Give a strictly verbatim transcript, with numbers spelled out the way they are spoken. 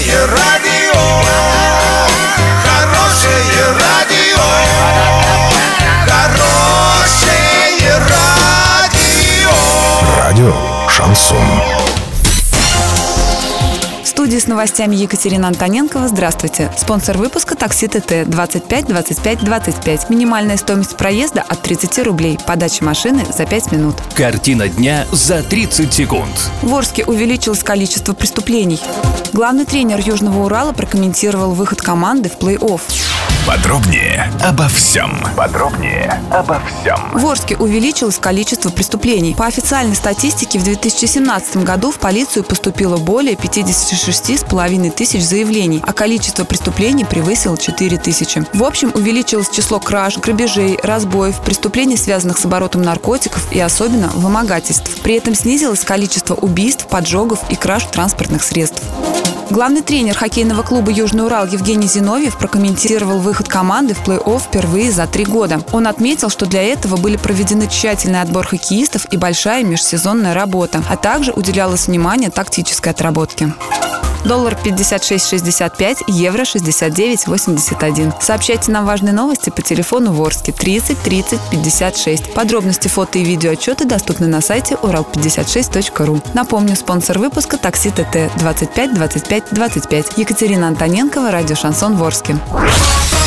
Хорошее радио, хорошее радио, хорошее радио. Радио Шансон. В студии с новостями Екатерина Антоненкова. Здравствуйте. Спонсор выпуска «Такси ТТ» двадцать пять двадцать пять двадцать пять. Минимальная стоимость проезда от тридцати рублей. Подача машины за пять минут. Картина дня за тридцать секунд. В Орске увеличилось количество преступлений. Главный тренер Южного Урала прокомментировал выход команды в плей-офф. Подробнее обо всем. Подробнее обо всем. В Орске увеличилось количество преступлений. По официальной статистике, в две тысячи семнадцатом году в полицию поступило более пятьдесят шесть с половиной тысяч заявлений, а количество преступлений превысило четыре тысячи. В общем, увеличилось число краж, грабежей, разбоев, преступлений, связанных с оборотом наркотиков и особенно вымогательств. При этом снизилось количество убийств, поджогов и краж транспортных средств. Главный тренер хоккейного клуба «Южный Урал» Евгений Зиновьев прокомментировал выход команды в плей-офф впервые за три года. Он отметил, что для этого были проведены тщательный отбор хоккеистов и большая межсезонная работа, а также уделялось внимание тактической отработке. Доллар пятьдесят шесть шестьдесят пять, евро шестьдесят девять восемьдесят один. Сообщайте нам важные новости по телефону в Орске тридцать тридцать пятьдесят шесть. Подробности, фото и видеоотчеты доступны на сайте урал пятьдесят шесть точка ру. Напомню, спонсор выпуска «Такси ТТ» двадцать пять двадцать пять двадцать пять. Екатерина Антоненкова, радио «Шансон» в Орске.